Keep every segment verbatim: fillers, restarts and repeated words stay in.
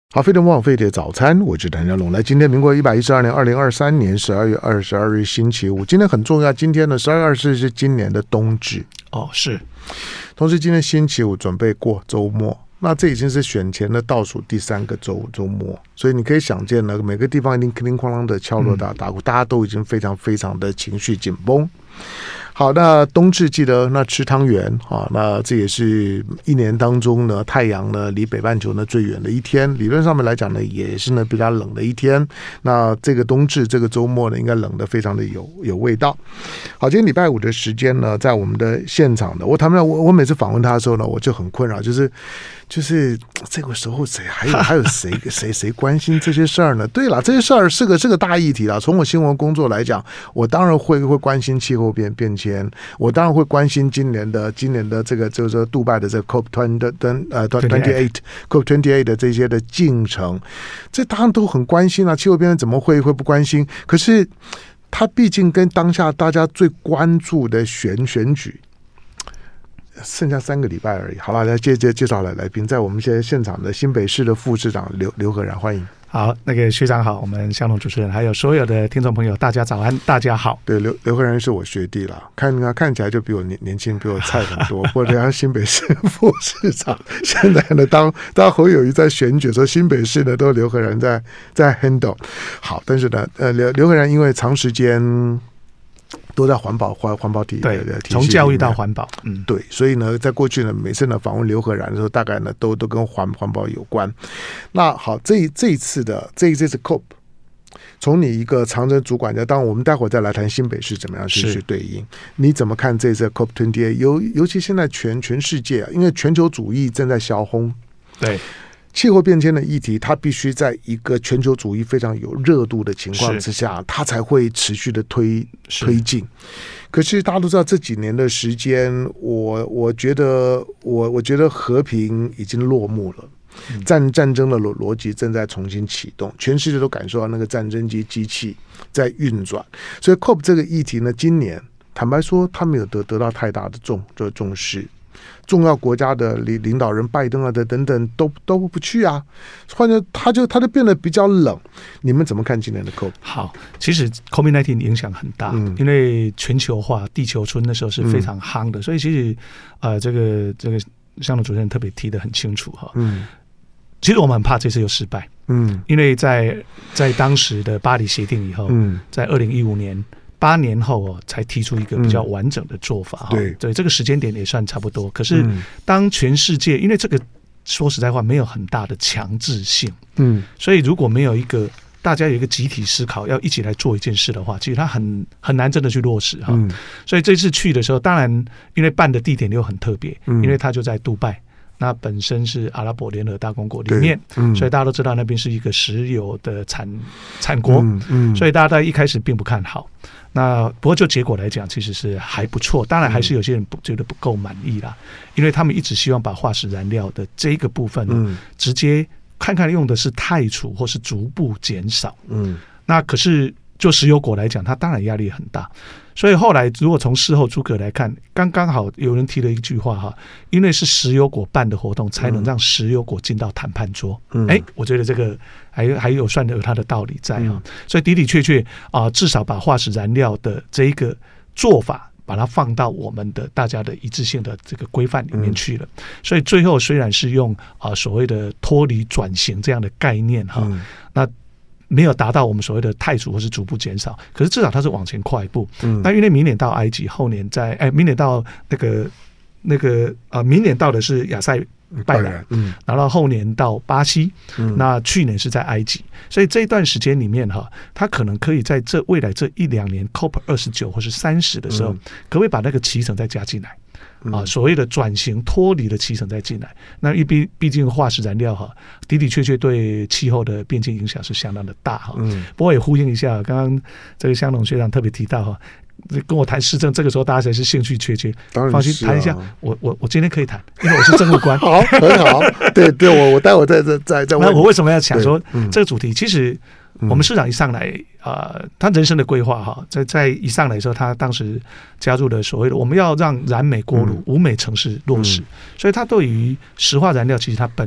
好，飞碟模仿飞碟早餐，我是谭家龙。来，今天民国一百一十二年二零二三年十二月二十二日星期五，今天很重要。今天呢，十二月二十日是今年的冬至哦，是。 同时，今天星期五准备过周末，那这已经是选前的倒数第三个周周末，所以你可以想见呢，每个地方一定叮叮哐啷的敲锣打打鼓，大家都已经非常非常的情绪紧绷。好，那冬至记得那吃汤圆啊，那这也是一年当中呢，太阳呢离北半球呢最远的一天，理论上面来讲呢，也是呢比较冷的一天。那这个冬至这个周末呢，应该冷得非常的有有味道。好，今天礼拜五的时间呢，在我们的现场的，我谈不了，我我每次访问他的时候呢，我就很困扰，就是就是这个时候谁还有还有谁谁谁关心这些事儿呢？对了，这些事儿是个是个大议题啦。从我新闻工作来讲，我当然会会关心气候变变迁。我当然会关心今年的今年的这个就是杜拜的这个 C O P 二十八 C O P 二十八 的这些的进程，这当然都很关心啊。气候变迁怎么会会不关心？可是它毕竟跟当下大家最关注的选选举剩下三个礼拜而已。好了，来介介介绍来来宾，在我们现在现场的新北市的副市长刘刘和然，欢迎。 好，那个学长好，我们相同主持人还有所有的听众朋友，大家早安，大家好。 对，刘刘和然是我学弟啦，看他看起来就比我年年轻，比我菜很多。不过人家新北市副市长，现在呢，当当侯友宜在选举说新北市呢，都刘和然在在 handle。好，但是呢，呃，刘刘和然因为长时间都在环保环环保体对，从教育到环保，嗯， 对，所以呢，在过去呢，每次呢访问刘和然的时候，大概呢都都跟环环保有关。那好，这这一次的这一次 C O P， 从你一个长征主管家，当然我们待会儿再来谈新北市怎么样去去对应，你怎么看这次 C O P 二十八？ 尤尤其现在全全世界啊，因为全球主义正在消轰， 对。 气候变迁的议题，它必须在一个全球主义非常有热度的情况之下，它才会持续的推推进。可是大家都知道，这几年的时间，我我觉得我我觉得和平已经落幕了，战战争的逻逻辑正在重新启动，全世界都感受到那个战争机机器在运转。所以 C O P 这个议题呢，今年坦白说，它没有得得到太大的重的重视。重要国家的领领导人拜登啊的等等都都不去啊，换成他就他就变得比较冷。你们怎么看今年的 C O P？ 好，其实 COVID 十九 影响很大，嗯、因为全球化、地球村那时候是非常夯的，嗯、所以其实呃，这个这个向总主任特别提得很清楚哈。嗯，其实我们很怕这次又失败，嗯，因为在在当时的巴黎协定以后，嗯，在二零一五年。八年后哦，才提出一个比较完整的做法。嗯、对对，这个时间点也算差不多。可是，当全世界，因为这个说实在话没有很大的强制性，嗯，所以如果没有一个大家有一个集体思考，要一起来做一件事的话，其实它很很难真的去落实哈。嗯、所以这次去的时候，当然因为办的地点又很特别，嗯、因为它就在杜拜。那本身是阿拉伯联合大公国里面，嗯、所以大家都知道那边是一个石油的产产国，嗯嗯、所以大家在一开始并不看好。那不过就结果来讲，其实是还不错。当然还是有些人不觉得不够满意啦，因为他们一直希望把化石燃料的这个部分，嗯、直接看看用的是汰除或是逐步减少。嗯，那可是就石油国来讲，它当然压力很大。所以后来如果从事后诸葛来看，刚刚好有人提了一句话哈，因为是石油国办的活动，才能让石油国进到谈判桌。嗯，哎，我觉得这个还还有算有它的道理在哈。嗯、所以的的确确啊、呃，至少把化石燃料的这一个做法，把它放到我们的大家的一致性的这个规范里面去了。嗯、所以最后虽然是用啊、呃、所谓的脱离转型这样的概念哈，嗯、那。没有达到我们所谓的汰除或是逐步减少，可是至少它是往前跨一步。嗯，那因为明年到埃及，后年在哎，明年到那个那个啊、呃，明年到的是亚塞拜然，嗯，然后后年到巴西，嗯，那去年是在埃及，所以这一段时间里面哈，它可能可以在这未来这一两年 C O P 二十九或是三十的时候，嗯、可不可以把那个期程再加进来？啊，所谓的转型脱离的期程再进来，那因为毕竟化石燃料哈，的的确确对气候的变迁影响是相当的大哈。嗯，不过也呼应一下，刚刚这个香农学长特别提到哈，跟我谈市政，这个时候大家才是兴趣缺缺。 当然、啊、 放心谈一下，我我我今天可以谈，因为我是政务官。 好，很好。对对，我我待会再再再再问。 那我为什么要讲说、嗯、这个主题？其实我们市长一上来，呃，他人生的规划哈，在在一上来的时候，他当时加入了所谓的我们要让燃煤锅炉、无煤城市落实，嗯、所以他对于石化燃料，其实他本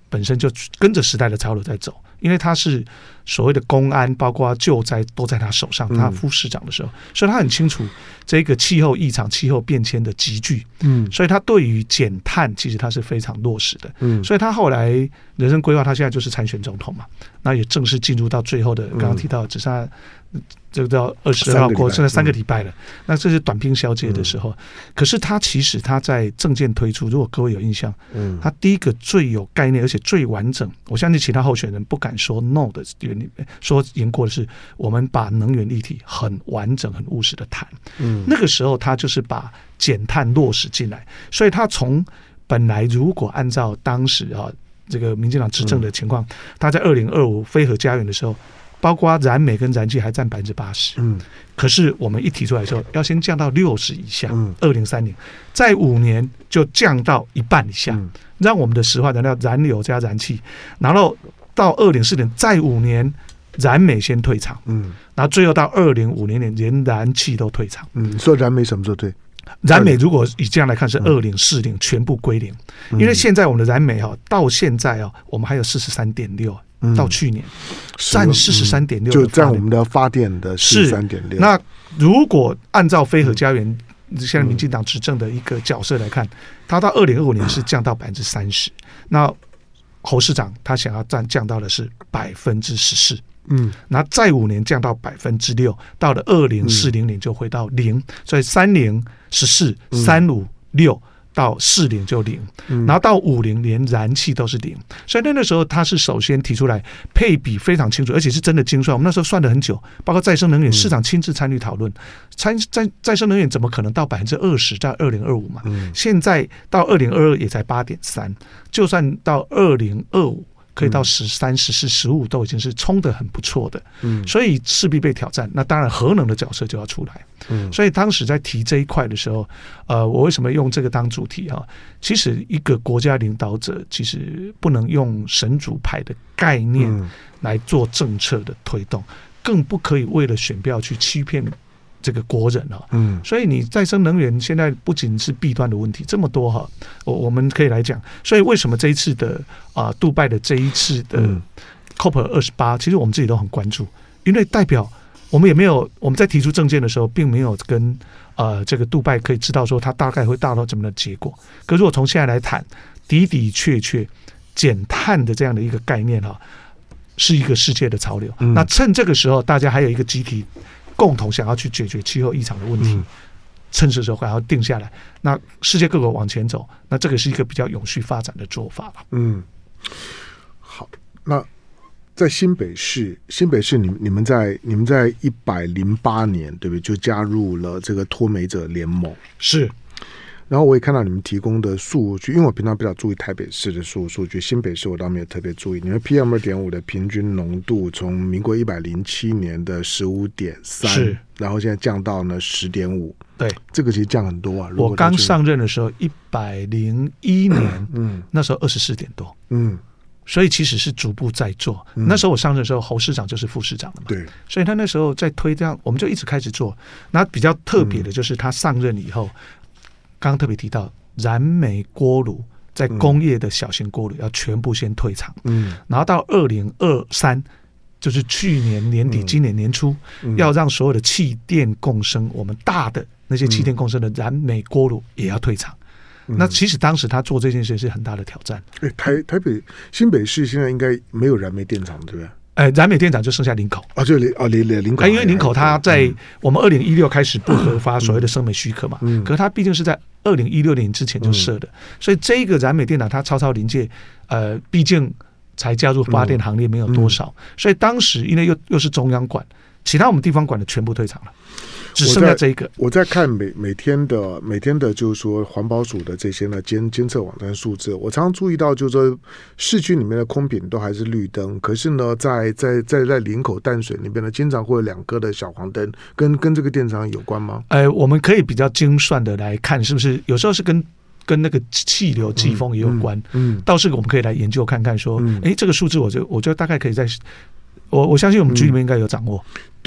本身就跟着时代的潮流在走，因为他是所谓的公安，包括救灾都在他手上，他副市长的时候，所以他很清楚这个气候异常、气候变迁的急剧，嗯，所以他对于减碳其实他是非常落实的，嗯，所以他后来人生规划，他现在就是参选总统嘛，那也正式进入到最后的，刚刚提到只剩下这个到二十二号过，现在三个礼拜了，那这是短兵相接的时候，可是他其实他在政见推出，如果各位有印象，嗯，他第一个最有概念而且最完整，我相信其他候选人不敢说 no 的原因，说赢过的是我们把能源议题很完整很务实的谈，嗯，那个时候他就是把减碳落实进来，所以他从本来如果按照当时啊这个民进党执政的情况，嗯，他在二零二五非核家园的时候，包括燃煤跟燃气还占百分之八十，嗯，可是我们一提出来的时候，要先降到六十以下，嗯，二零三零，再五年就降到一半以下，嗯，让我们的石化燃料燃油加燃气，然后到二零四零再五年燃煤先退场，嗯，然后最后到二零五零年连燃气都退场， 嗯，所以燃煤什么时候退？ 燃煤如果以这样来看是二零四零全部归零，嗯，因为现在我们的燃煤哈到现在哦，我们还有四十三点六。到去年占四十三点六， 就占我们的发电的四十三点六。 那如果按照非核家园，嗯，现在民进党执政的一个角色来看，它到二零二五年是降到百分之三十。那侯市长他想要占降到的是百分之十四，嗯，然后再五年降到百分之六，到了二零四零年就回到零，嗯，所以三零十四三五六。到四零就零，然后到五零连燃气都是零，所以那时候他是首先提出来配比非常清楚，而且是真的精算。我们那时候算了很久，包括再生能源市场亲自参与讨论，参再再生能源怎么可能到百分之二十在二零二五嘛？现在到二零二二也才八点三，就算到二零二五。可以到十三、十四、十五都已经是冲得很不错的，嗯，所以势必被挑战。那当然，核能的角色就要出来，嗯，所以当时在提这一块的时候，呃，我为什么用这个当主题啊？其实一个国家领导者其实不能用神主牌的概念来做政策的推动，更不可以为了选票去欺骗这个国人啊，嗯，所以你再生能源现在不仅是弊端的问题，这么多哈，我我们可以来讲。所以为什么这一次的啊、呃，杜拜的这一次的 C O P 二十八，其实我们自己都很关注，因为代表我们也没有我们在提出政见的时候，并没有跟呃这个杜拜可以知道说它大概会达到怎么的结果。可是如果从现在来谈，的的确确减碳的这样的一个概念哈，是一个世界的潮流。嗯、那趁这个时候，大家还有一个集体。共同想要去解决气候异常的问题，嗯、趁这时候还要定下来。那世界各国往前走，那这个是一个比较永续发展的做法了。 嗯，好，那在新北市，新北市你你们在你们在一百零八年对不对？就加入了这个脱煤者联盟是。 然后我也看到你们提供的数据，因为我平常比较注意台北市的数数据，新北市我倒没有特别注意。你们 P M 二点五 的平均浓度从民国一百零七年的十五点三，然后现在降到呢十点五。 对， 这个其实降很多啊。 我刚上任的时候一百零一年，嗯，那时候二十四点多，嗯。所以其实是逐步在做。嗯、那时候我上任的时候，侯市长就是副市长的嘛， 对， 所以他那时候在推这样，我们就一直开始做。那比较特别的就是他上任以后。嗯刚刚特别提到燃煤锅炉在工业的小型锅炉要全部先退场，嗯，然后到二零二三，就是去年年底、嗯、今年年初，嗯、要让所有的气电共生，我们大的那些气电共生的燃煤锅炉也要退场。嗯、那其实当时他做这件事是很大的挑战。 欸、台台北新北市现在应该没有燃煤电厂，对不对？ 呃，燃煤电厂就剩下林口啊，就林啊林林口， 因为林口它在我们二零一六开始不核发所谓的生煤许可嘛，嗯、可是它毕竟是在二零一六年之前就设的，嗯、所以这个燃煤电厂它超超临界，呃，毕竟才加入发电行列没有多少，嗯、所以当时因为又又是中央管，其他我们地方管的全部退场了。只剩下这一个。 我在看每每天的每天的，就是说环保署的这些呢监监测网站数字，我常常注意到，就是说市区里面的空品都还是绿灯，可是呢，在在在在林口淡水那边呢，经常会有两颗的小黄灯，跟跟这个电厂有关吗？ 呃，我们可以比较精算的来看，是不是有时候是跟。跟那个气流季风也有关，嗯，嗯倒是我们可以来研究看看说，哎、嗯，这个数字我就我就大概可以在，我我相信我们局里面应该有掌握。 嗯、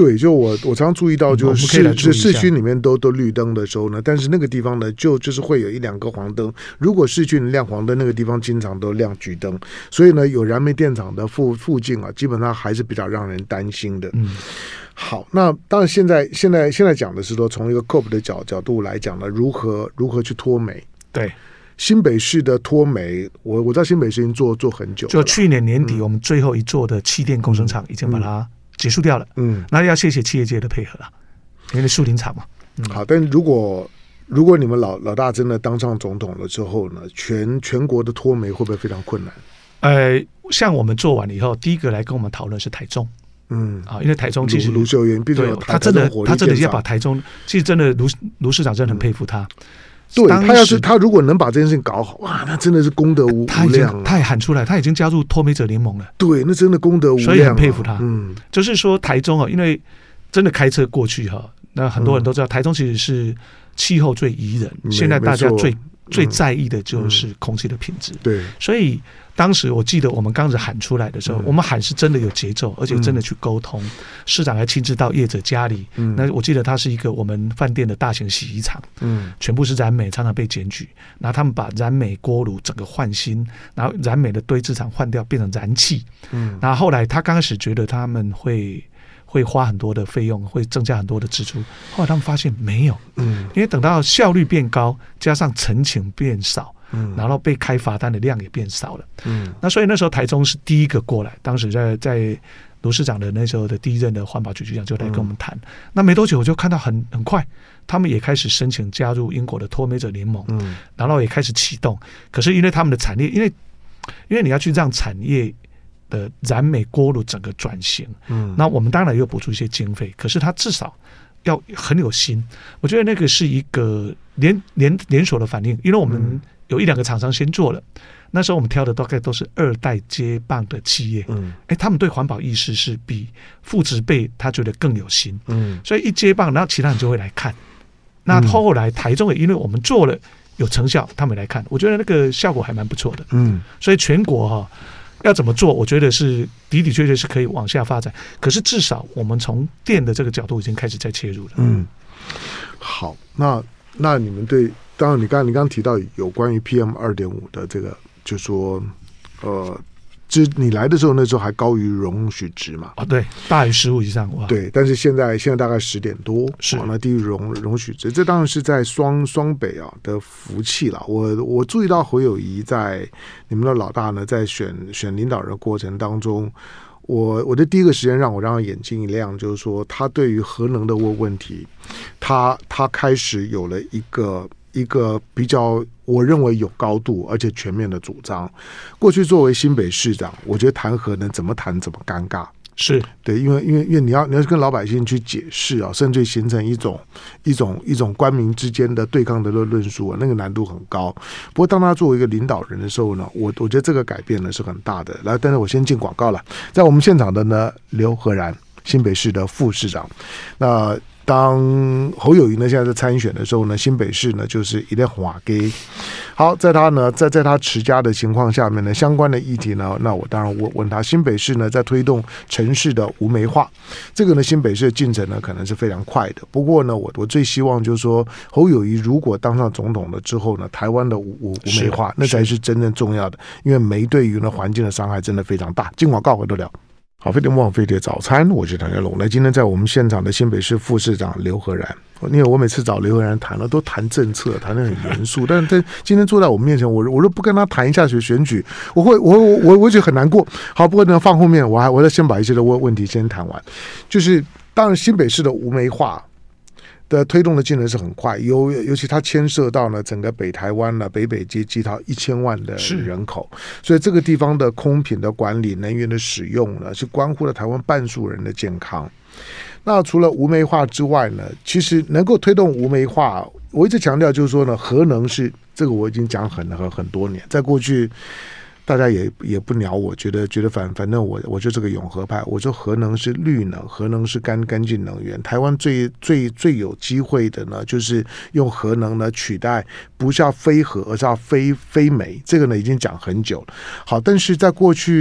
对，就我我常注意到，就是嗯、 市市区里面都都绿灯的时候呢，但是那个地方呢，就就是会有一两个黄灯。如果市区亮黄灯，那个地方经常都亮橘灯，所以呢，有燃煤电厂的附附近啊，基本上还是比较让人担心的。 嗯， 好，那当然现在现在现在讲的是说，从一个 C O P 的角角度来讲呢，如何如何去脱煤？ 对。 新北市的脱煤，我我知道新北市已经做做很久了， 就去年年底、嗯、我们最后一座的气电工程厂已经把它结束掉了。嗯，那要谢谢企业界的配合了，因为树林厂嘛。 嗯、好，但如果如果你们老老大真的当上总统了之后呢，全全国的脱煤会不会非常困难？ 呃，像我们做完了以后，第一个来跟我们讨论是台中。嗯啊，因为台中其实卢秀燕，毕竟有他真的他真的要把台中，其实真的卢卢市长真的很佩服他。嗯， 对，他要是他如果能把这件事情搞好，哇，那真的是功德无量、啊。 他也喊出来，他已经加入脱煤者联盟了。 对，那真的功德无量、啊， 所以很佩服他。嗯，就是说台中啊，因为真的开车过去哈，那很多人都知道，台中其实是气候最宜人，嗯、现在大家最最在意的就是空气的品质。 对、嗯， 所以当时我记得我们刚开始喊出来的时候，嗯、我们喊是真的有节奏，而且真的去沟通。嗯、市长还亲自到业者家里，嗯、那我记得他是一个我们饭店的大型洗衣厂，嗯，全部是燃煤，常常被检举。然后他们把燃煤锅炉整个换新，然后燃煤的堆置厂换掉，变成燃气。嗯，然后后来他刚开始觉得他们会。会花很多的费用，会增加很多的支出。后来他们发现没有，嗯，因为等到效率变高，加上陈情变少，嗯，然后被开罚单的量也变少了，嗯，那所以那时候台中是第一个过来，当时在在卢市长的那时候的第一任的环保局局长就来跟我们谈。嗯、那没多久我就看到很很快，他们也开始申请加入英国的脱煤者联盟，嗯，然后也开始启动。可是因为他们的产业，因为因为你要去让产业的燃煤锅炉整个转型，嗯，那我们当然有补助一些经费，可是它至少要很有心。我觉得那个是一个连连连锁的反应，因为我们有一两个厂商先做了，嗯、那时候我们挑的大概都是二代接棒的企业，嗯，哎，他们对环保意识是比父执辈他觉得更有心，嗯，所以一接棒，然后其他人就会来看。那后来台中也因为我们做了有成效，他们来看，我觉得那个效果还蛮不错的，嗯，所以全国哈。要怎么做？我觉得是的的确确是可以往下发展，可是至少我们从电的这个角度已经开始在切入了。嗯， 好，那那你们对，当然你刚你刚刚提到有关于 P M 二点五 的这个，就说呃。就你来的时候，那时候还高于容许值嘛？ 哦，对，大于十五以上哇。 对，但是现在现在大概十点多， 是那低于容容许值，这当然是在双双北啊的福气了。我我注意到侯友宜在你们的老大呢，在选选领导人的过程当中，我我的第一个时间让我让他眼睛一亮，就是说他对于核能的问问题，他他开始有了一个。一个比较我认为有高度而且全面的主张。过去作为新北市长，我觉得谈核能怎么谈怎么尴尬， 是对，因为因为因为你要你要跟老百姓去解释啊，甚至形成一种一种一种官民之间的对抗的论述啊，那个难度很高。不过当他作为一个领导人的时候呢，我我觉得这个改变呢是很大的。来，但是我先进广告了，在我们现场的呢，刘和然，新北市的副市长。那当侯友宜呢现在在参选的时候呢，新北市呢就是一定滑给。好，在他呢在在他持家的情况下面呢，相关的议题呢，那我当然问问他，新北市呢在推动城市的无煤化，这个呢新北市的进程呢可能是非常快的。不过呢，我我最希望就是说，侯友宜如果当上总统了之后呢，台湾的无无无煤化，那才是真正重要的，因为煤对于呢环境的伤害真的非常大。进广告回头聊。好，飞碟梦飞碟早餐，我是唐家龙。那今天在我们现场的新北市副市长刘和然，因为我每次找刘和然谈了，都谈政策，谈得很严肃，但是今天坐在我们面前，我我都不跟他谈一下选举，我会我我我觉得很难过。好，不过呢，放后面，我还我再先把一些的问问题先谈完。就是当然新北市的无煤化的推动的进程是很快，尤尤其它牵涉到呢整个北台湾呢北北基基套一千万的人口，所以这个地方的空品的管理、能源的使用呢，是关乎了台湾半数人的健康。那除了无煤化之外呢，其实能够推动无煤化，我一直强调就是说呢，核能是这个我已经讲很很很多年，在过去。大家也也不鸟我，觉得觉得反反正我我就是个永和派。我说核能是绿能，核能是干干净能源。台湾最最最有机会的呢，就是用核能呢取代，不是要非核，而是要非非煤。这个呢已经讲很久了。好，但是在过去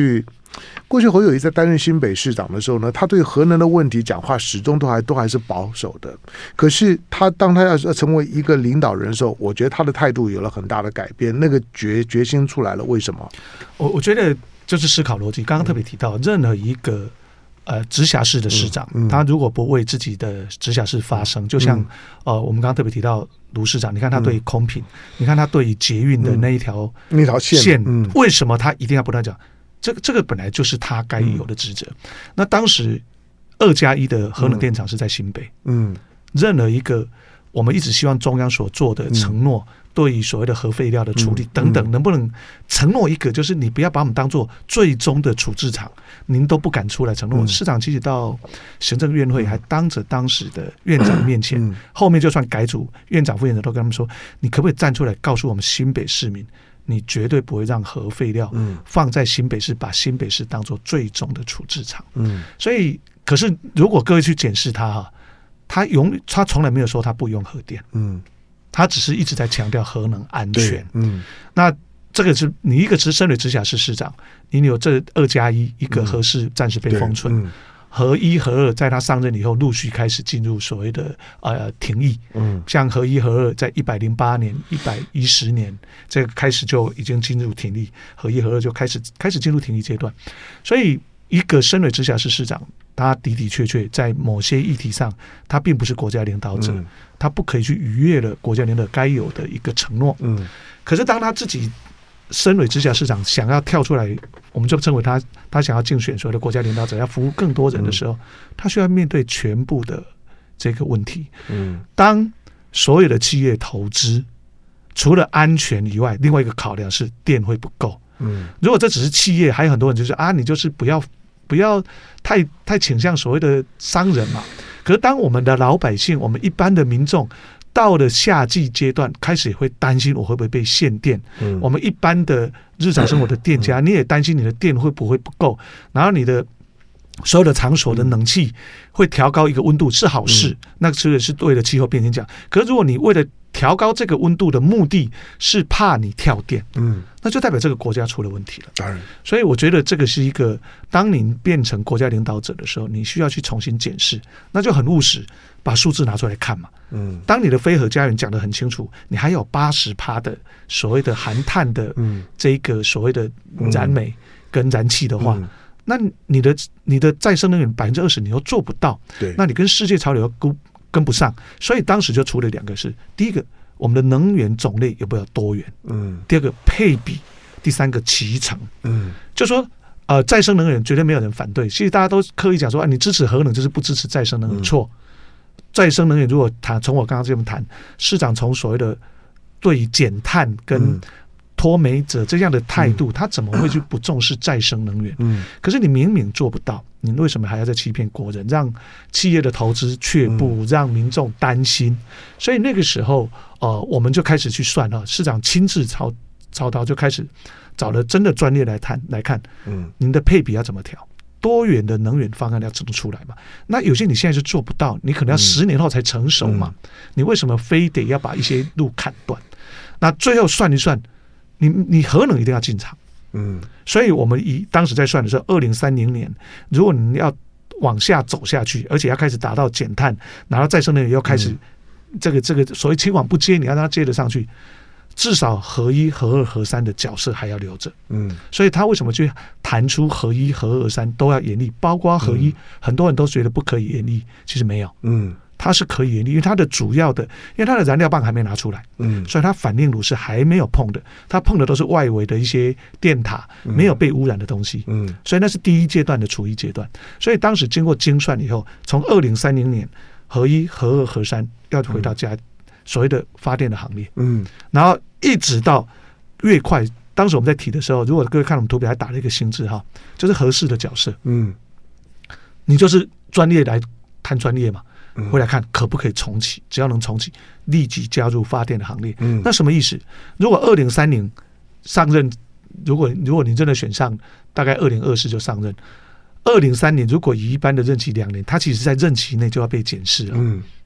过去侯友宜在担任新北市长的时候呢，他对核能的问题讲话始终都还都还是保守的。可是他当他要成为一个领导人的时候，我觉得他的态度有了很大的改变，那个决决心出来了。为什么？ 我我觉得就是思考逻辑。刚刚特别提到，任何一个呃直辖市的市长，嗯嗯、他如果不为自己的直辖市发声，就像、嗯、呃我们刚刚特别提到卢市长，你看他对于空品，嗯、你看他对于捷运的那一条、嗯、 那条线， 线嗯、为什么他一定要不断讲？这个这个本来就是他该有的职责。嗯、那当时二加一的核能电厂是在新北，嗯，任何一个我们一直希望中央所做的承诺，嗯、对于所谓的核废料的处理等等，嗯、能不能承诺一个，就是你不要把我们当做最终的处置厂，您都不敢出来承诺。嗯、市长其实到行政院会还当着当时的院长面前，嗯、后面就算改组，院长副院长都跟他们说，你可不可以站出来告诉我们新北市民？你绝对不会让核废料放在新北市，把新北市当作最终的处置场。嗯，所以，可是如果各位去检视他哈，他永他从来没有说他不用核电，嗯，他只是一直在强调核能安全。嗯，那这个是你一个是身为直辖市市长，你有这二加一一个核市暂时被封存。嗯核一、核二在他上任以后，陆续开始进入所谓的呃停役。嗯，像核一、核二在一百零八年、一百一十年，这个开始就已经进入停役，核一、核二就开始开始进入停役阶段。所以，一个身为直辖市市长，他的的确确在某些议题上，他并不是国家领导者，嗯、他不可以去逾越了国家领导该有的一个承诺。嗯，可是当他自己身为直辖市长想要跳出来，我们就称为他他想要竞选所谓的国家领导者，要服务更多人的时候，嗯、他需要面对全部的这个问题。嗯，当所有的企业投资，除了安全以外，另外一个考量是电会不够。嗯，如果这只是企业，还有很多人就是啊，你就是不要不要太太倾向所谓的商人嘛。可是当我们的老百姓，我们一般的民众，到了夏季阶段，开始也会担心我会不会被限电。嗯、我们一般的日常生活的店家，嗯、你也担心你的电会不会不够，然后你的所有的场所的冷气会调高一个温度是好事，嗯、那这个是对的气候变迁讲。可是如果你为了调高这个温度的目的是怕你跳电，嗯，那就代表这个国家出了问题了。当然，所以我觉得这个是一个，当您变成国家领导者的时候，你需要去重新检视，那就很务实，把数字拿出来看嘛。嗯，当你的非核家园讲得很清楚，你还有八十趴的所谓的含碳的这个所谓的燃煤跟燃气的话，嗯嗯、那你的你的再生能源百分之二十你又做不到，对，那你跟世界潮流跟跟不上，所以当时就出了两个事：第一个，我们的能源种类有没有多元？嗯，第二个配比，第三个齐成。嗯，就说呃，再生能源绝对没有人反对，其实大家都刻意讲说，啊，你支持核能就是不支持再生能源，错。再生能源如果谈从我刚刚这么谈，市长从所谓的对于减碳跟脱煤者这样的态度，嗯、他怎么会去不重视再生能源？嗯，可是你明明做不到，你为什么还要再欺骗国人，让企业的投资却步，嗯、让民众担心？所以那个时候，呃，我们就开始去算了，市长亲自操操刀，就开始找了真的专业来谈来看，嗯，您的配比要怎么调？多元的能源方案要怎么出来嘛？那有些你现在是做不到，你可能要十年后才成熟嘛。嗯、你为什么非得要把一些路砍断？那最后算一算，你你核能一定要进场。嗯，所以我们以当时在算的时候，二零三零年，如果你要往下走下去，而且要开始达到减碳，然后再生能源要开始这个这个所谓青黄不接，你要让它接得上去。至少核一、核二、核三的角色还要留着，嗯，所以他为什么去谈出核一、核二、核三都要严厉，包括核一，嗯、很多人都觉得不可以严厉，其实没有，嗯，它是可以严厉，因为它的主要的，因为它的燃料棒还没拿出来，嗯，所以它反应炉是还没有碰的，它碰的都是外围的一些电塔，没有被污染的东西，嗯，所以那是第一阶段的除役阶段，所以当时经过精算以后，从二零三零年核一、核二、核三要回到家。嗯所谓的发电的行列，嗯，然后一直到越快，当时我们在提的时候，如果各位看我们图表，还打了一个星字哈，就是核适的角色，嗯，你就是专业来谈专业嘛，回来看可不可以重启，只要能重启，立即加入发电的行列。嗯，那什么意思？如果二零三零上任，如果如果你真的选上，大概二零二四就上任。二零三年如果以一般的任期两年，他其实在任期内就要被检视了。嗯，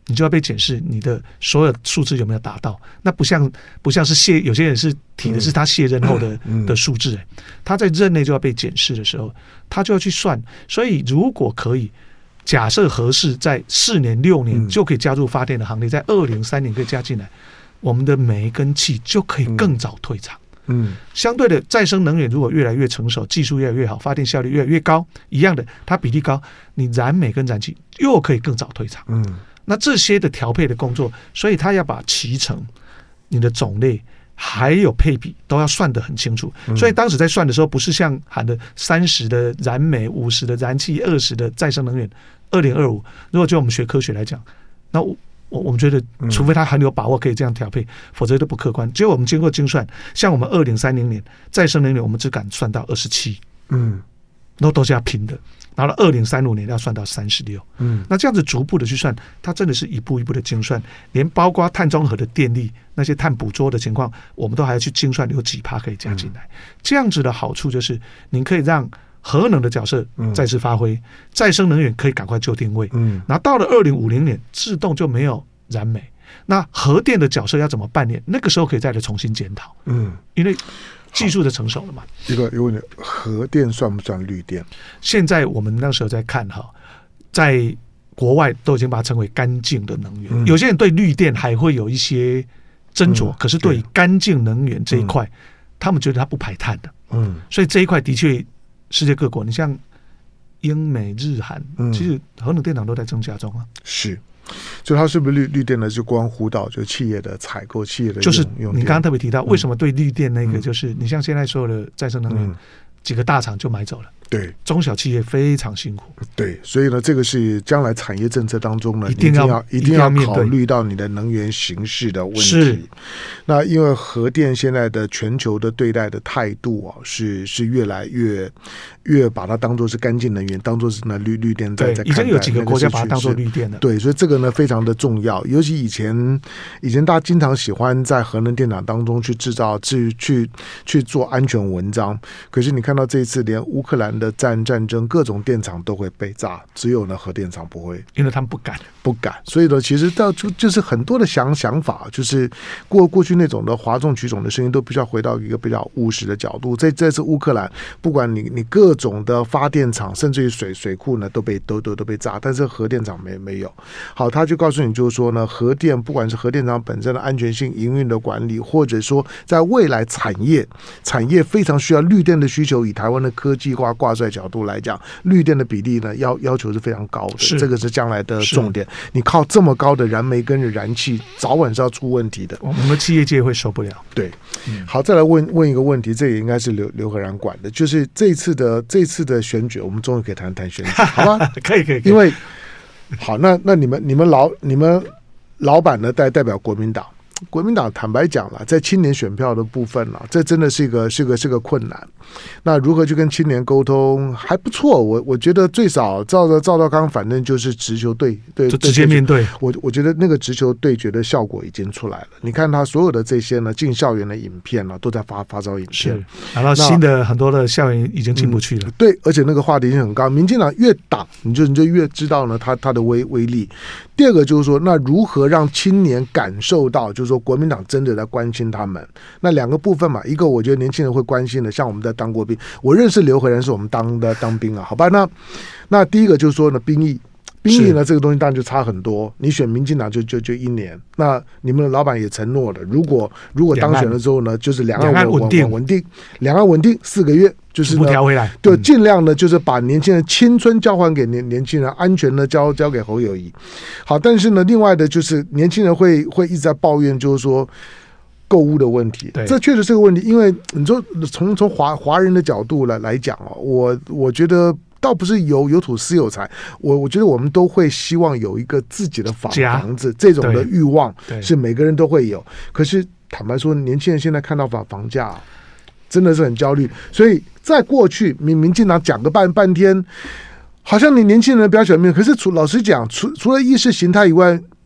你就要被检视你的所有数字有没有达到。那不像不像是卸，有些人是提的是他卸任后的、嗯、的数字，他在任内就要被检视的时候，他就要去算。所以如果可以，假设合适，在四年六年就可以加入发电的行列，在二零三年可以加进来，我们的煤跟气就可以更早退场。嗯，相对的，再生能源如果越来越成熟，技术越来越好，发电效率越来越高，一样的，它比例高，你燃煤跟燃气又可以更早退场。嗯，那这些的调配的工作，所以它要把期程、你的种类还有配比都要算得很清楚。嗯、所以当时在算的时候，不是像喊的三十的燃煤、五十的燃气、二十的再生能源，二零二五。如果就我们学科学来讲，那我。我们觉得，除非他很有把握可以这样调配，嗯、否则都不客观。结果我们经过精算，像我们二零三零年再生能源，我们只敢算到二十七，嗯，那都是要拼的。然后二零三五年要算到三十六，嗯，那这样子逐步的去算，它真的是一步一步的精算，连包括碳中和的电力那些碳捕捉的情况，我们都还要去精算有几趴可以加进来。嗯、这样子的好处就是，您可以让核能的角色再次发挥，嗯、再生能源可以赶快就定位，嗯，然后到了二零五零年，自动就没有燃煤，那核电的角色要怎么扮演？那个时候可以再来重新检讨，嗯，因为技术的成熟了嘛。 一个一个问题，核电算不算绿电？ 现在我们那时候在看哈，在国外都已经把它称为干净的能源。嗯、有些人对绿电还会有一些斟酌，嗯、可是对于干净能源这一块，嗯、他们觉得它不排碳的，嗯，所以这一块的确。世界各国，你像英美日韩，嗯、其实核能电厂都在增加中啊。 是，所以它是不是绿绿电呢？就关乎到就企业的采购、企业的就是你刚刚特别提到，为什么对绿电那个，就是、嗯、你像现在所有的再生能源，嗯、几个大厂就买走了。 对， 中小企业非常辛苦。 对，所以呢，这个是将来产业政策当中呢，一定要一定要考虑到你的能源形势的问题。 是， 那因为核电现在的全球的对待的态度啊，是是越来越越把它当作是干净能源，当作是呢绿绿电在在看待。 已经有几个国家把它当作绿电了。 对，所以这个呢非常的重要。尤其以前以前大家经常喜欢在核能电厂当中去制造、去去去做安全文章，可是你看到这一次连乌克兰的战战争，各种电厂都会被炸，只有呢核电厂不会， 因为他们不敢， 不敢。所以呢，其实到就就是很多的想想法，就是过过去那种的哗众取宠的声音，都必须要回到一个比较务实的角度。这这次乌克兰，不管你你各种的发电厂，甚至于水水库呢，都被都都都被炸，但是核电厂没没有。好，他就告诉你，就是说呢，核电不管是核电厂本身的安全性、营运的管理，或者说在未来产业产业非常需要绿电的需求，以台湾的科技化挂帅角度来讲，绿电的比例呢要要求是非常高的，这个是将来的重点。你靠这么高的燃煤跟燃气，早晚是要出问题的。 我们企业界会受不了。 对，嗯、好，再来问问一个问题，这也应该是刘刘和然管的，就是这一次的这一次的选举，我们终于可以谈谈选举，好吧？ 可以可以， 因为好，那那你们你们老你们老板呢代代表国民党。国民党坦白讲了，在青年选票的部分了，这真的是一个是个是个困难。那如何去跟青年沟通还不错，我我觉得最少赵赵赵道康反正就是直球对对， 就直接面对。 我我觉得那个直球对决的效果已经出来了。你看他所有的这些呢进校园的影片呢，都在发发烧影片， 然后新的很多的校园已经进不去了。 嗯、对，而且那个话题性很高。民进党越挡，你就你就越知道呢他他的威威力。第二个就是说，那如何让青年感受到，就是说国民党真的在关心他们？那两个部分嘛，一个我觉得年轻人会关心的，像我们在当过兵，我认识刘和然是我们当的当兵啊，好吧？那那第一个就是说呢，兵役。兵役呢，这个东西当然就差很多。你选民进党就就就一年，那你们的老板也承诺了，如果如果当选了之后呢，就是两岸稳定稳定，两岸稳定四个月，就是呢， 调回来， 对，尽量呢就是把年轻人青春交还给年年轻人，安全呢交交给侯友宜。好，但是呢，另外的就是年轻人会会一直在抱怨，就是说购物的问题，这确实是个问题。因为你说从从华华人的角度来来讲哦，我我觉得。倒不是有有土私有财，我我觉得我们都会希望有一个自己的房房子，这种的欲望是每个人都会有。可是坦白说，年轻人现在看到房房价真的是很焦虑，所以在过去民民进党讲个半半天，好像你年轻人比较喜欢面，可是除老实讲，除除了意识形态以外，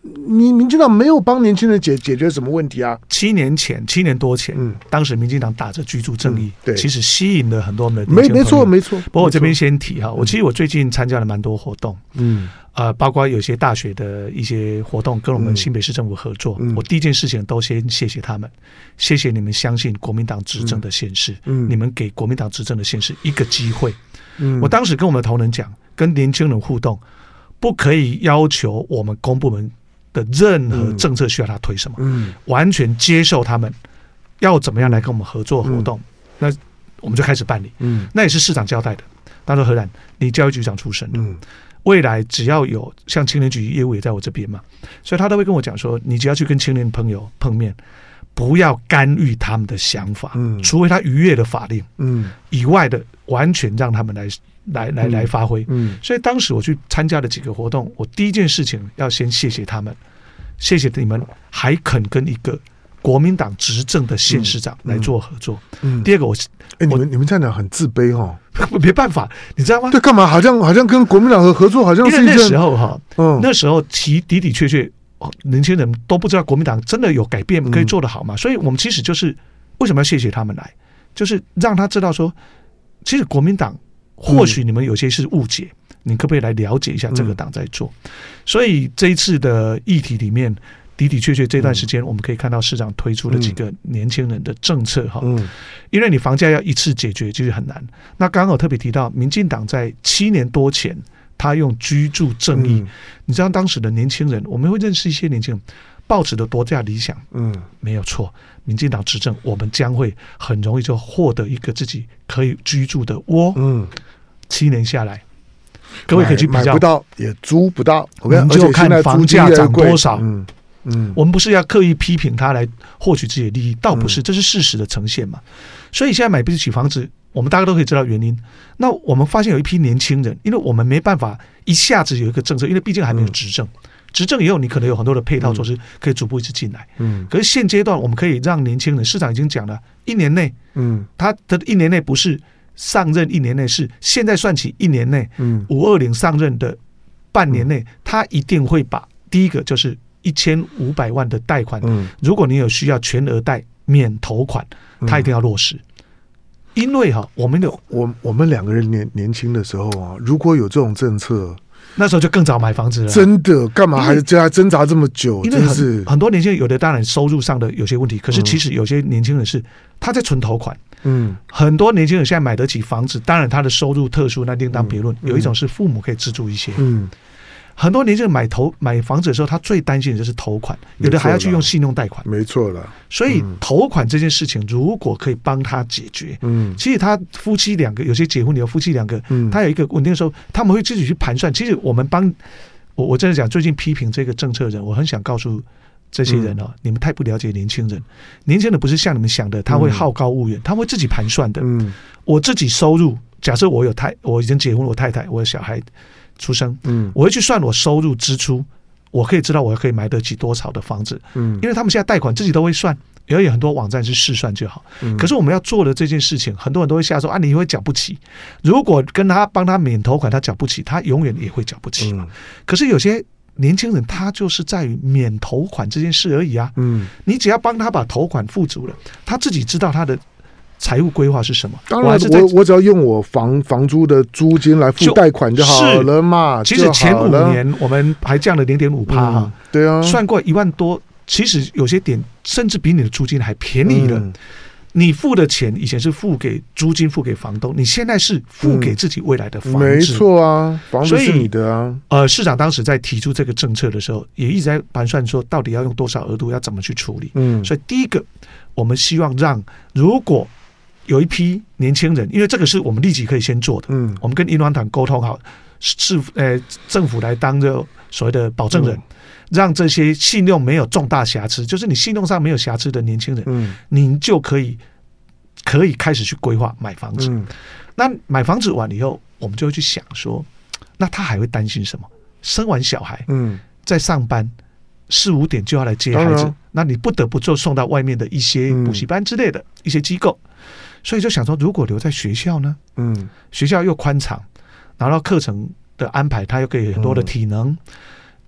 你民进党没有帮年轻人解解决什么问题啊？ 七年前，七年多前，嗯，当时民进党打着居住正义，嗯、对，其实吸引了很多我们的年轻朋友。 没没错没错。 不过我这边先提哈，我其实我最近参加了蛮多活动，嗯，呃，包括有些大学的一些活动跟我们新北市政府合作，嗯、我第一件事情都先谢谢他们，谢谢你们相信国民党执政的县市，嗯，你们给国民党执政的县市一个机会。嗯，我当时跟我们的同仁讲，跟年轻人互动，不可以要求我们公部门的任何政策需要他推什么，嗯，完全接受他们要怎么样来跟我们合作活动，嗯、那我们就开始办理，嗯，那也是市长交代的。他说：“何然，你教育局长出身的，嗯，未来只要有像青年局业务也在我这边嘛，所以他都会跟我讲说，你只要去跟青年朋友碰面，不要干预他们的想法，嗯，除非他逾越了法令，嗯，以外的。”完全让他们来来来来发挥，嗯，所以当时我去参加了几个活动，我第一件事情要先谢谢他们，谢谢你们还肯跟一个国民党执政的县市长来做合作。嗯，第二个我， 哎、欸，你们你们这样讲很自卑哦， 没办法，你知道吗？ 对，干嘛？好像好像跟国民党合合作，好像是因为那时候哈，嗯，那时候其的的确确，年轻人都不知道国民党真的有改变可以做得好嘛，嗯、所以我们其实就是为什么要谢谢他们来，就是让他知道说。其实国民党或许你们有些是误解，嗯、你可不可以来了解一下这个党在做？嗯、所以这一次的议题里面，的的确确这段时间我们可以看到市长推出了几个年轻人的政策哈。嗯、因为你房价要一次解决其实很难。那刚刚我特别提到，民进党在七年多前，他用居住正义，嗯、你知道当时的年轻人，我们会认识一些年轻人。抱持的多大理想，嗯，没有错。民进党执政，我们将会很容易就获得一个自己可以居住的窝。嗯，七年下来，各位可以去比较， 买不到也租不到， 我们就看房价涨多少。嗯嗯，我们不是要刻意批评他来获取自己的利益，倒不是，这是事实的呈现嘛。所以现在买不起房子，我们大家都可以知道原因。那我们发现有一批年轻人，因为我们没办法一下子有一个政策，因为毕竟还没有执政。嗯执政以后，你可能有很多的配套措施可以逐步一直进来。嗯，可是现阶段我们可以让年轻人，市长已经讲了，一年内，嗯，他的一年内不是上任一年内，是现在算起一年内，嗯，五二零上任的半年内，他一定会把第一个就是一千五百万的贷款，嗯，如果你有需要全额贷免头款，他一定要落实。因为哈，我们有我我们两个人年年轻的时候啊，如果有这种政策。 那时候就更早买房子了， 真的干嘛还是这样挣扎这么久？ 因为很是很多年轻人有的当然收入上的有些问题，可是其实有些年轻人是他在存头款。嗯，很多年轻人现在买得起房子，当然他的收入特殊那另当别论。嗯、有一种是父母可以资助一些。嗯，很多年轻人买头买房子的时候，他最担心的就是头款，有的还要去用信用贷款。 没错了， 所以头款这件事情如果可以帮他解决，嗯，其实他夫妻两个有些结婚以后夫妻两个，嗯，他有一个稳定的时候，他们会自己去盘算。其实我们帮我我真的讲，最近批评这个政策人，我很想告诉这些人哦，嗯、你们太不了解年轻人。年轻人不是像你们想的，他会好高骛远，他会自己盘算的。嗯，我自己收入，假设我有太，我已经结婚了，我太太，我有小孩。出生，嗯，我会去算我收入支出，我可以知道我可以买得起多少的房子，嗯，因为他们现在贷款自己都会算，也有很多网站是试算就好，嗯，可是我们要做的这件事情，很多人都会下说啊，你会缴不起，如果跟他帮他免头款，他缴不起，他永远也会缴不起嘛。嗯、可是有些年轻人他就是在于免头款这件事而已啊，嗯，你只要帮他把头款付足了，他自己知道他的。财务规划是什么？ 当然我，我我只要用我房房租的租金来付贷款就好了嘛。 其实前五年我们还降了零点五趴哈， 对啊， 算过一万多，其实有些点甚至比你的租金还便宜了。嗯、你付的钱以前是付给租金，付给房东，你现在是付给自己未来的房子。 没错啊，房子是你的啊。 呃，市长当时在提出这个政策的时候，也一直在盘算说，到底要用多少额度，要怎么去处理。嗯，所以第一个，我们希望让如果有一批年轻人，因为这个是我们立即可以先做的，嗯，我们跟银行团沟通好，是呃政府来当这所谓的保证人，嗯、让这些信用没有重大瑕疵，就是你信用上没有瑕疵的年轻人，嗯，您就可以可以开始去规划买房子。嗯、那买房子完以后，我们就会去想说，那他还会担心什么？生完小孩，嗯，在上班。四五点就要来接孩子，那你不得不就送到外面的一些补习班之类的、嗯、一些机构，所以就想说，如果留在学校呢？嗯，学校又宽敞，然后课程的安排，它又可以很多的体能，嗯、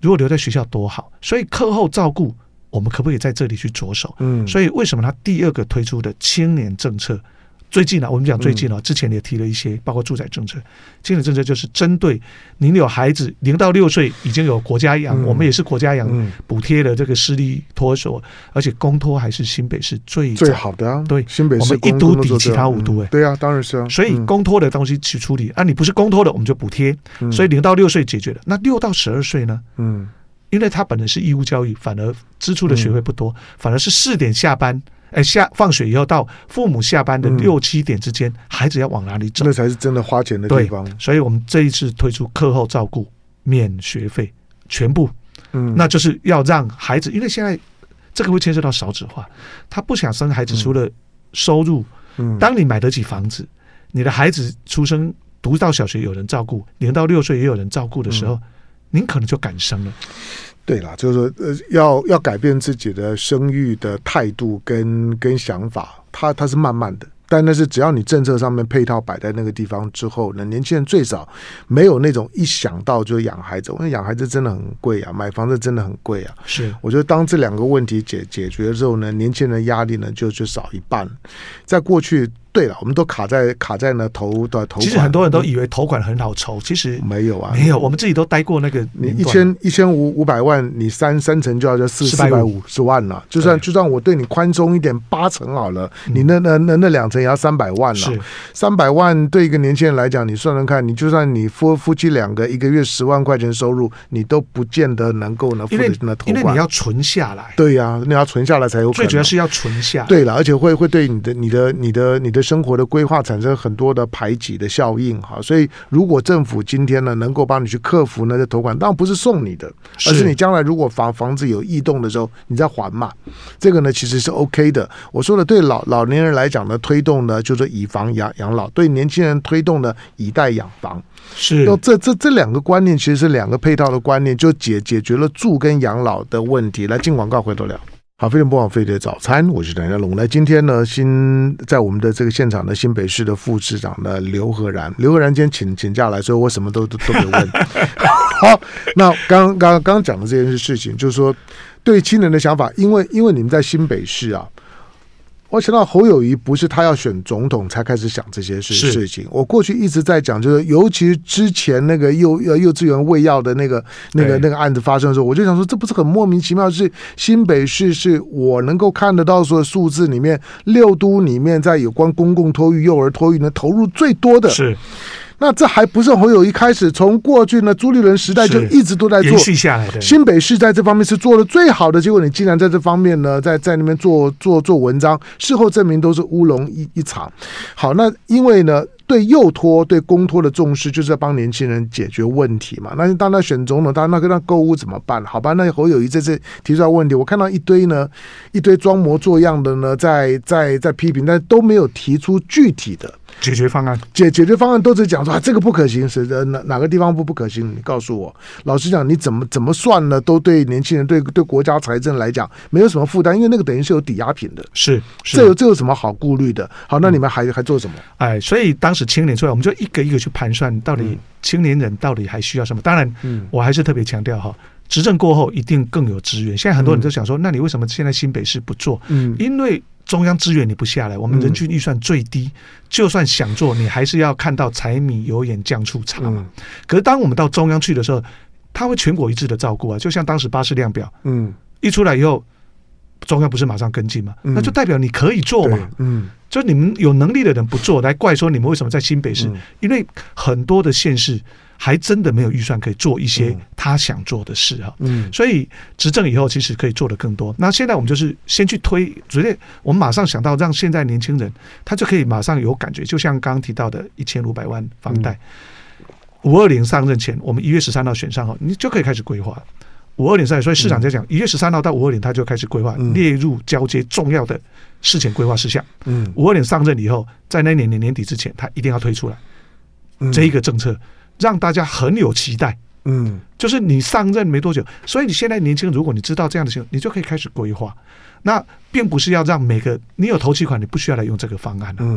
如果留在学校多好。所以课后照顾，我们可不可以在这里去着手？嗯，所以为什么他第二个推出的青年政策？最近啊，我们讲最近啊，之前也提了一些，包括住宅政策。青年政策就是针对您有孩子零到六岁已经有国家养，嗯、我们也是国家养补贴的这个私立托所，而且公托还是新北市最最好的啊。 对， 新北市我们一都抵其他五都哎、欸嗯。 对啊，当然是啊。 所以公托的东西去处理啊，你不是公托的，我们就补贴。嗯、所以零到六岁解决了，那六到十二岁呢？嗯，因为他本来是义务教育，反而支出的学费不多，嗯、反而是四点下班。哎，下放学以后到父母下班的六七点之间，嗯、孩子要往哪里走？ 那才是真的花钱的地方。 所以我们这一次推出课后照顾免学费，全部，嗯，那就是要让孩子，因为现在这个会牵涉到少子化，他不想生孩子，除了收入，嗯，当你买得起房子，你的孩子出生读到小学有人照顾，零到六岁也有人照顾的时候，嗯、您可能就敢生了。 对啦，就是说，呃，要要改变自己的生育的态度跟跟想法，它它是慢慢的，但那是只要你政策上面配套摆在那个地方之后呢，年轻人最少没有那种一想到就养孩子，因为养孩子真的很贵啊，买房子真的很贵啊。 是， 我觉得当这两个问题解解决之后呢，年轻人的压力呢就就少一半。在过去。对了，我们都卡在卡在呢投的投款。 其实很多人都以为投款很好筹，其实没有啊， 没有。我们自己都待过那个， 你一千一千五五百万，你三三成就要就四四百五十万了。就算就算我对你宽松一点，八成好了，嗯、你那那那那两成也要三百万了。三百万对一个年轻人来讲，你算算看，你就算你夫夫妻两个一个月十万块钱收入，你都不见得能够呢付得那投款， 因为你要存下来。 对呀、啊，你要存下来才有可能。 最主要是要存下来。 对了，而且会会对你的你的你的你的生活的规划产生很多的排挤的效应哈，所以如果政府今天呢能够帮你去克服那个投款，当然不是送你的，而是你将来如果房房子有异动的时候，你再还嘛，这个呢其实是 OK 的。我说的对老老年人来讲呢，推动呢就是以房养养老；对年轻人推动呢以贷养房。 是， 这这这两个观念其实是两个配套的观念，就解解决了住跟养老的问题。来进广告，回头聊。好，飞碟播放飞碟早餐，我是谭家龙。来，今天呢，新在我们的这个现场的新北市的副市长呢刘和然，刘和然今天请请假来，所以我什么都都都没问。好，那刚刚刚讲的这件事情，就是说对青年的想法，因为因为你们在新北市啊。我想到侯友宜不是他要选总统才开始想这些事事情，我过去一直在讲，就是尤其之前那个幼幼稚园喂药的那个那个那个案子发生的时候，我就想说，这不是很莫名其妙？是新北市是我能够看得到所有数字里面，六都里面在有关公共托育、幼儿托育呢投入最多的。 是。 那这还不是侯友宜开始，从过去呢朱立伦时代就一直都在做， 延续下来的。 新北市在这方面是做的最好的，结果你竟然在这方面呢，在在那边做做做文章，事后证明都是乌龙一一场。好，那因为呢，对幼托、对公托的重视，就是在帮年轻人解决问题嘛。那当他选总统，当那个那购物怎么办？好吧，那侯友宜这次提出来问题，我看到一堆呢，一堆装模作样的呢，在在在批评，但都没有提出具体的。 解决方案解解决方案都只讲说、啊、这个不可行，是哪哪个地方不不可行？你告诉我。老实讲，你怎么怎么算呢？都对年轻人、对对国家财政来讲没有什么负担，因为那个等于是有抵押品的。 是，是这有这有什么好顾虑的？好，那你们还、嗯、还做什么？ 哎，所以当时青年出来，我们就一个一个去盘算，到底青年人到底还需要什么？当然，嗯、我还是特别强调哈。执政过后一定更有资源。现在很多人都想说，嗯、那你为什么现在新北市不做？嗯，因为中央资源你不下来，我们人均预算最低，嗯、就算想做，你还是要看到柴米油盐酱醋茶嘛。嗯、可是当我们到中央去的时候，他会全国一致的照顾啊，就像当时巴士量表，嗯，一出来以后，中央不是马上跟进嘛？嗯、那就代表你可以做嘛。嗯，就你们有能力的人不做，来怪说你们为什么在新北市？嗯、因为很多的县市还真的没有预算可以做一些他想做的事哈，嗯，所以执政以后其实可以做得更多。那现在我们就是先去推，直接我们马上想到让现在年轻人他就可以马上有感觉，就像刚刚提到的一千五百万房贷，五二零上任前，我们一月十三号选上后，你就可以开始规划。五二零上任，所以市长在讲一月十三号到五二零，他就开始规划，列入交接重要的事前规划事项。嗯，五二零上任以后，在那年年年底之前，他一定要推出来这一个政策。让大家很有期待，嗯，就是你上任没多久，所以你现在年轻人，如果你知道这样的情况，你就可以开始规划。那并不是要让每个你有头期款，你不需要来用这个方案、啊、嗯，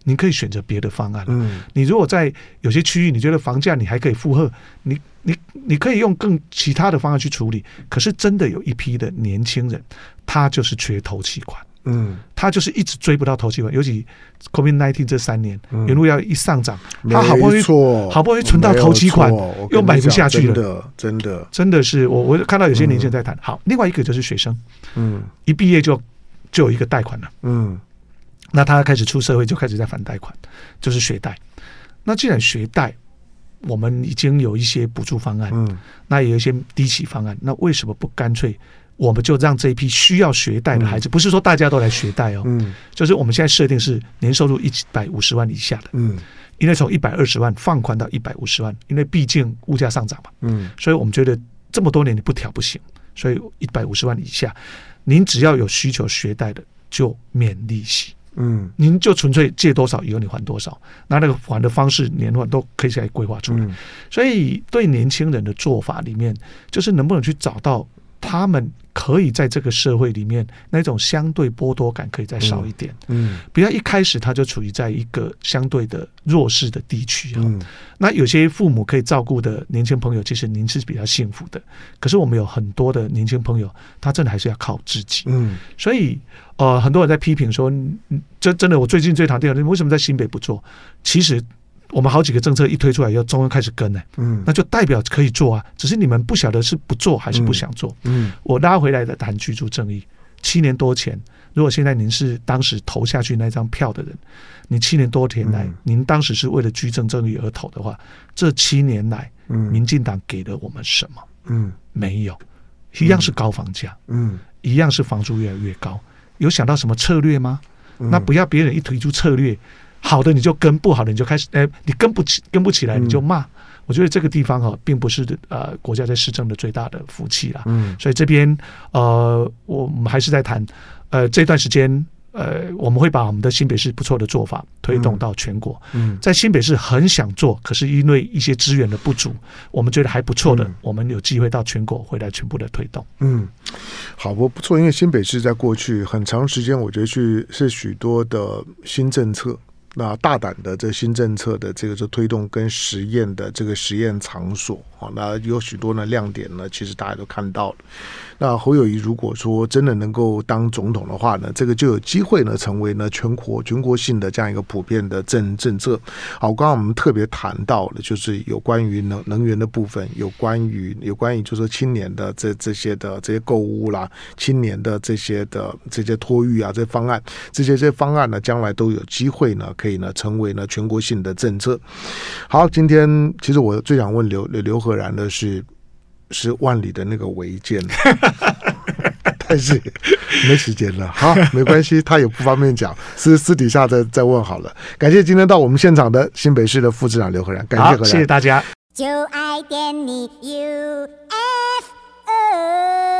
您可以选择别的方案。嗯，你如果在有些区域你觉得房价你还可以负荷，你你你可以用更其他的方案去处理。可是真的有一批的年轻人，他就是缺头期款。嗯，他就是一直追不到头期款，尤其 COVID 十九 这三年，嗯、原物料一上涨，他好不容易好不容易存到头期款，又买不下去了， 真的真的真的是我我看到有些年轻人在谈。嗯、好，另外一个就是学生，嗯，一毕业就就有一个贷款了，嗯，那他开始出社会就开始在还贷款，就是学贷。那既然学贷，我们已经有一些补助方案，嗯，那也有一些低息方案，那为什么不干脆？我们就让这一批需要学贷的孩子，嗯、不是说大家都来学贷哦，嗯、就是我们现在设定是年收入一百五十万以下的，嗯，因为从一百二十万放宽到一百五十万，因为毕竟物价上涨嘛，嗯，所以我们觉得这么多年你不调不行，所以一百五十万以下，您只要有需求学贷的就免利息，嗯，您就纯粹借多少以后你还多少，那那个还的方式年还都可以来规划出来，嗯、所以对年轻人的做法里面，就是能不能去找到他们可以在这个社会里面那种相对剥夺感可以再少一点，嗯，不要一开始他就处于在一个相对的弱势的地区啊。嗯、那有些父母可以照顾的年轻朋友，其实您是比较幸福的。可是我们有很多的年轻朋友，他真的还是要靠自己。嗯，所以呃，很多人在批评说，这真的我最近最讨厌的，为什么在新北不做？其实。我们好几个政策一推出来以后，中央开始跟呢、欸，嗯，那就代表可以做啊，只是你们不晓得是不做还是不想做。嗯，嗯我拉回来的谈居住正义，七年多前，如果现在您是当时投下去那张票的人，你七年多前来，嗯、您当时是为了居住正义而投的话，这七年来，嗯，民进党给了我们什么？嗯，没有，一样是高房价，嗯，一样是房租越来越高，有想到什么策略吗？嗯、那不要别人一推出策略。好的你就跟，不好的你就开始，哎，你跟不起，跟不起来你就骂。嗯、我觉得这个地方哈、哦，并不是呃国家在施政的最大的福气啦。嗯，所以这边呃，我们还是在谈，呃，这段时间呃，我们会把我们的新北市不错的做法推动到全国。嗯，在新北市很想做，可是因为一些资源的不足，我们觉得还不错的，嗯、我们有机会到全国回来全部的推动。 嗯，好，不不错，因为新北市在过去很长时间，我觉得去是许多的新政策。那大胆的这新政策的这个就推动跟实验的这个实验场所，那有许多的亮点呢，其实大家都看到了。那侯友宜如果说真的能够当总统的话呢，这个就有机会呢成为呢全国全国性的这样一个普遍的政政策。好，刚刚我们特别谈到了，就是有关于能能源的部分，有关于有关于就是说青年的这这些的这些购物啦，青年的这些的这些托育啊，这些方案，这些这些方案呢，将来都有机会呢。可以呢，成为呢全国性的政策。好，今天其实我最想问刘刘和然的是，是万里的那个违建，但是没时间了。好，没关系，他也不方便讲，私私底下再再问好了。感谢今天到我们现场的新北市的副市长刘和然，感谢和然， 谢谢大家。 就爱点你 U F O。